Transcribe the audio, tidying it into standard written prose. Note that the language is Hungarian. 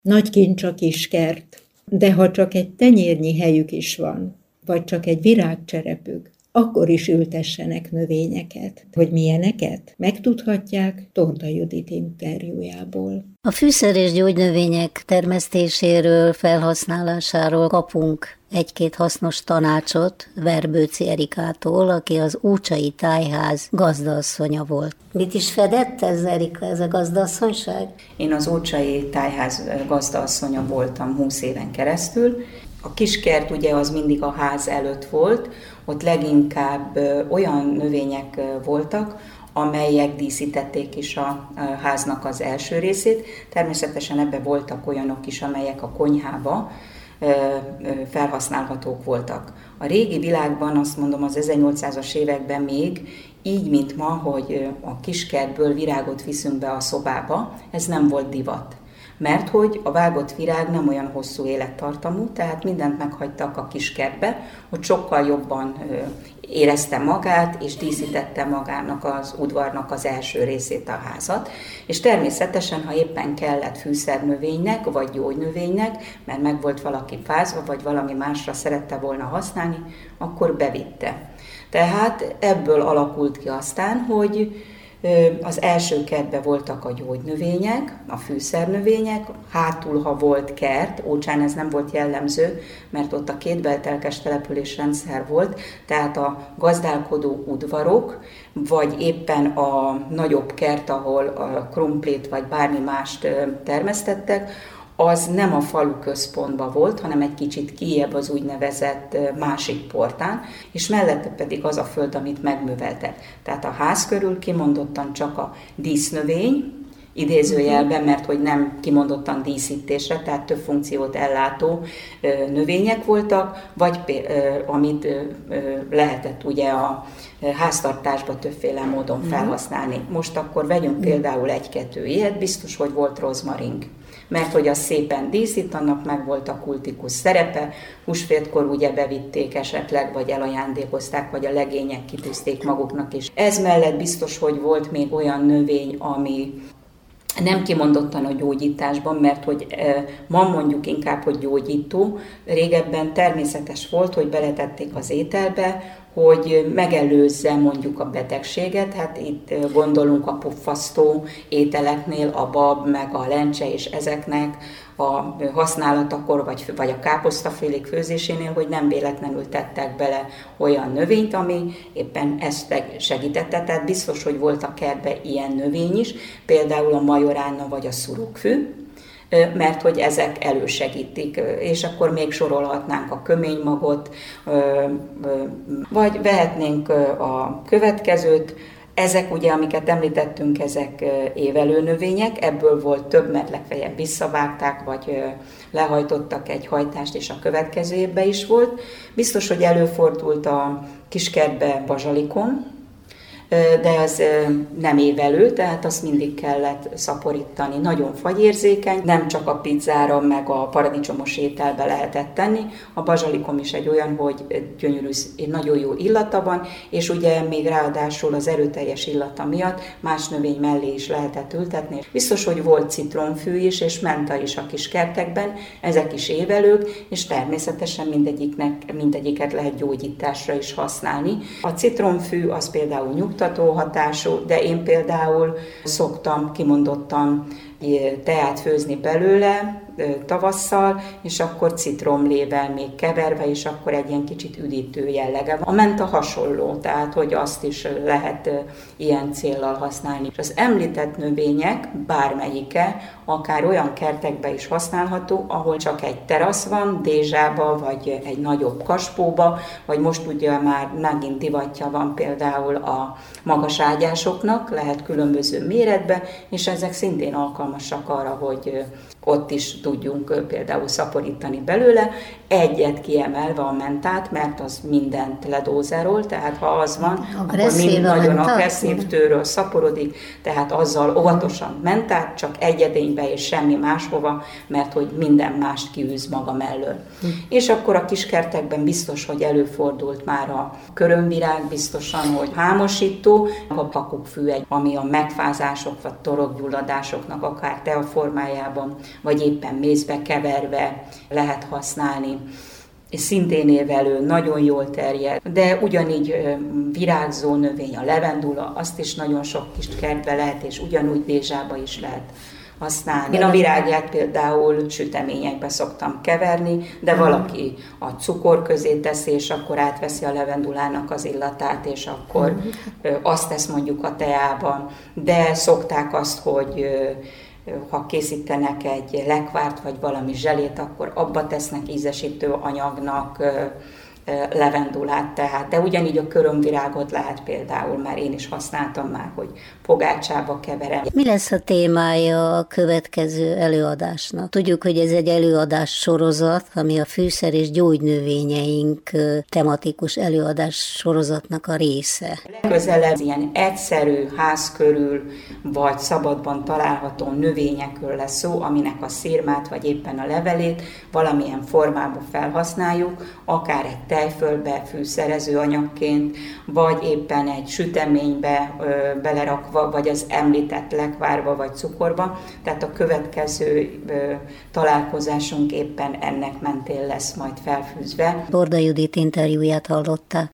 Nagy kincs a kiskert, de ha csak egy tenyérnyi helyük is van, vagy csak egy virágcserepük, akkor is ültessenek növényeket. Hogy milyeneket? Megtudhatják Torda Judit interjújából. A fűszer- és gyógynövények termesztéséről, felhasználásáról kapunk egy-két hasznos tanácsot Verbőci Erikától, aki az Ócsai Tájház gazdaasszonya volt. Mit is fedett ez, Erika, ez a gazdaasszonyság? Én az Ócsai Tájház gazdaasszonya voltam 20 éven keresztül. A kiskert ugye az mindig a ház előtt volt, ott leginkább olyan növények voltak, amelyek díszítették is a háznak az első részét. Természetesen ebben voltak olyanok is, amelyek a konyhába felhasználhatók voltak. A régi világban, azt mondom, az 1800-as években még így, mint ma, hogy a kiskertből virágot viszünk be a szobába, ez nem volt divat. Mert hogy a vágott virág nem olyan hosszú élettartamú, tehát mindent meghagytak a kiskertbe, hogy sokkal jobban érezte magát, és díszítette magának az udvarnak az első részét, a házat. És természetesen, ha éppen kellett fűszernövénynek, vagy gyógynövénynek, mert meg volt valaki fázva, vagy valami másra szerette volna használni, akkor bevitte. Tehát ebből alakult ki aztán, hogy az első kertben voltak a gyógynövények, a fűszernövények, hátul, ha volt kert, Ócsán ez nem volt jellemző, mert ott a kétbeltelkes településrendszer volt, tehát a gazdálkodó udvarok, vagy éppen a nagyobb kert, ahol a krumplét vagy bármi mást termesztettek, az nem a falu központban volt, hanem egy kicsit kijebb az úgynevezett másik portán, és mellette pedig az a föld, amit megműveltek. Tehát a ház körül kimondottan csak a dísznövény, idézőjelben, mert hogy nem kimondottan díszítésre, tehát több funkciót ellátó növények voltak, vagy amit lehetett ugye a háztartásba többféle módon felhasználni. Most akkor vegyünk például egy-kettő ilyet, biztos, hogy volt rozmarink, mert hogy az szépen díszít, annak meg volt a kultikus szerepe, húsvétkor ugye bevitték esetleg, vagy elajándékozták, vagy a legények kitűzték maguknak is. Ez mellett biztos, hogy volt még olyan növény, ami nem kimondottan a gyógyításban, mert hogy ma mondjuk inkább, hogy gyógyító. Régebben természetes volt, hogy beletették az ételbe, hogy megelőzze mondjuk a betegséget, hát itt gondolunk a puffasztó ételeknél, a bab, meg a lencse és ezeknek a használatakor, vagy a káposztafélék főzésénél, hogy nem véletlenül tettek bele olyan növényt, ami éppen ezt segítette, tehát biztos, hogy volt a kertben ilyen növény is, például a majorána vagy a szurokfű, mert hogy ezek elősegítik, és akkor még sorolhatnánk a köménymagot, vagy vehetnénk a következőt. Ezek ugye, amiket említettünk, ezek évelő növények, ebből volt több, mert legfeljebb visszavágták, vagy lehajtottak egy hajtást, és a következő évben is volt. Biztos, hogy előfordult a kiskertbe bazsalikon, de az nem évelő, tehát azt mindig kellett szaporítani. Nagyon fagyérzékeny, nem csak a pizzára, meg a paradicsomos ételbe lehetett tenni. A bazsalikom is egy olyan, hogy gyönyörű, nagyon jó illata van, és ugye még ráadásul az erőteljes illata miatt más növény mellé is lehetett ültetni. Biztos, hogy volt citromfű is, és menta is a kis kertekben, ezek is évelők, és természetesen mindegyiket lehet gyógyításra is használni. A citromfű az például nyugtató hatású, de én például szoktam kimondottan teát főzni belőle tavasszal, és akkor citromlével még keverve, és akkor egy ilyen kicsit üdítő jellege van. A menta hasonló, tehát hogy azt is lehet ilyen céllal használni. És az említett növények bármelyike akár olyan kertekbe is használható, ahol csak egy terasz van, dézsába, vagy egy nagyobb kaspóba, vagy most ugye már megint divatja van például a magas ágyásoknak, lehet különböző méretbe, és ezek szintén alkalmasak arra, hogy ott is tudjunk például szaporítani belőle, egyet kiemelve a mentát, mert az mindent ledózerol, tehát ha az van, akkor mind nagyon agresszív tőről szaporodik, tehát azzal óvatosan mentát, csak egy edénybe és semmi máshova, mert hogy minden mást kiűz maga mellől. És akkor a kiskertekben biztos, hogy előfordult már a körömvirág, biztosan, hogy hámosító, a pakukkfű, ami a megfázások vagy torokgyulladásoknak akár tea formájában, vagy éppen ilyen mézbe keverve lehet használni. És szintén évelő, nagyon jól terjed, de ugyanígy virágzó növény, a levendula, azt is nagyon sok kis kertbe lehet, és ugyanúgy dézsába is lehet használni. Én a virágját például süteményekbe szoktam keverni, de valaki a cukor közé teszi, és akkor átveszi a levendulának az illatát, és akkor azt tesz mondjuk a teába. De szokták azt, hogy ha készítenek egy lekvárt, vagy valami zselét, akkor abba tesznek ízesítő anyagnak levendulát, tehát. De ugyanígy a körömvirágot lehet például, mert én is használtam már, hogy pogácsába keverem. Mi lesz a témája a következő előadásnak? Tudjuk, hogy ez egy előadás sorozat, ami a fűszer és gyógynövényeink tematikus előadás sorozatnak a része. Legközelebb ilyen egyszerű ház körül, vagy szabadban található növényekről lesz szó, aminek a szirmát, vagy éppen a levelét valamilyen formában felhasználjuk, akár egy tejfölbe fűszerező anyagként, vagy éppen egy süteménybe belerakva, vagy az említett lekvárba, vagy cukorba. Tehát a következő találkozásunk éppen ennek mentén lesz majd felfűzve. Borda Judit interjúját hallották.